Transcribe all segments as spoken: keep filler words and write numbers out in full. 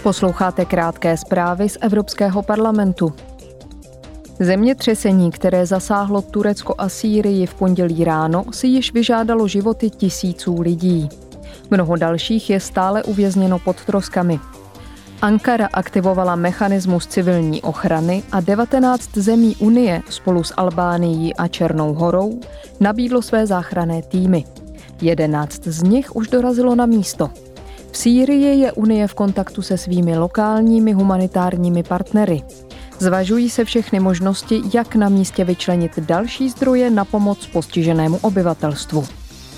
Posloucháte krátké zprávy z Evropského parlamentu. Zemětřesení, které zasáhlo Turecko a Sýrii v pondělí ráno, si již vyžádalo životy tisíců lidí. Mnoho dalších je stále uvězněno pod troskami. Ankara aktivovala mechanismus civilní ochrany a devatenáct zemí Unie spolu s Albánií a Černou Horou nabídlo své záchranné týmy. Jedenáct z nich už dorazilo na místo. V Sýrii je Unie v kontaktu se svými lokálními humanitárními partnery. Zvažují se všechny možnosti, jak na místě vyčlenit další zdroje na pomoc postiženému obyvatelstvu.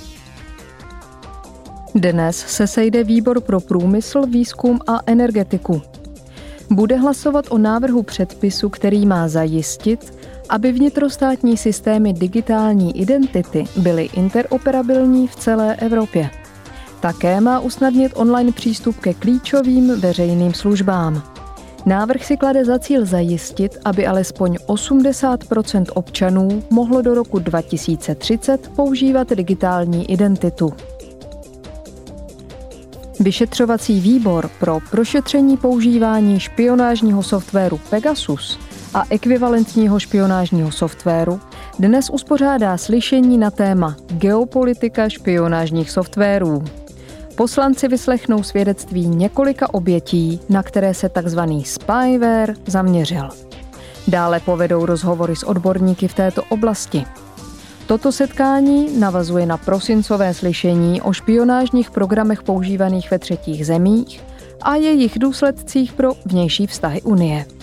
Dnes se sejde výbor pro průmysl, výzkum a energetiku. Bude hlasovat o návrhu předpisu, který má zajistit, aby vnitrostátní systémy digitální identity byly interoperabilní v celé Evropě. Také má usnadnit online přístup ke klíčovým veřejným službám. Návrh si klade za cíl zajistit, aby alespoň osmdesát procent občanů mohlo do roku dva tisíce třicet používat digitální identitu. Vyšetřovací výbor pro prošetření používání špionážního softwaru Pegasus a ekvivalentního špionážního softwaru dnes uspořádá slyšení na téma geopolitika špionážních softwarů. Poslanci vyslechnou svědectví několika obětí, na které se tzv. Spyware zaměřil. Dále povedou rozhovory s odborníky v této oblasti. Toto setkání navazuje na prosincové slyšení o špionážních programech používaných ve třetích zemích a jejich důsledcích pro vnější vztahy Unie.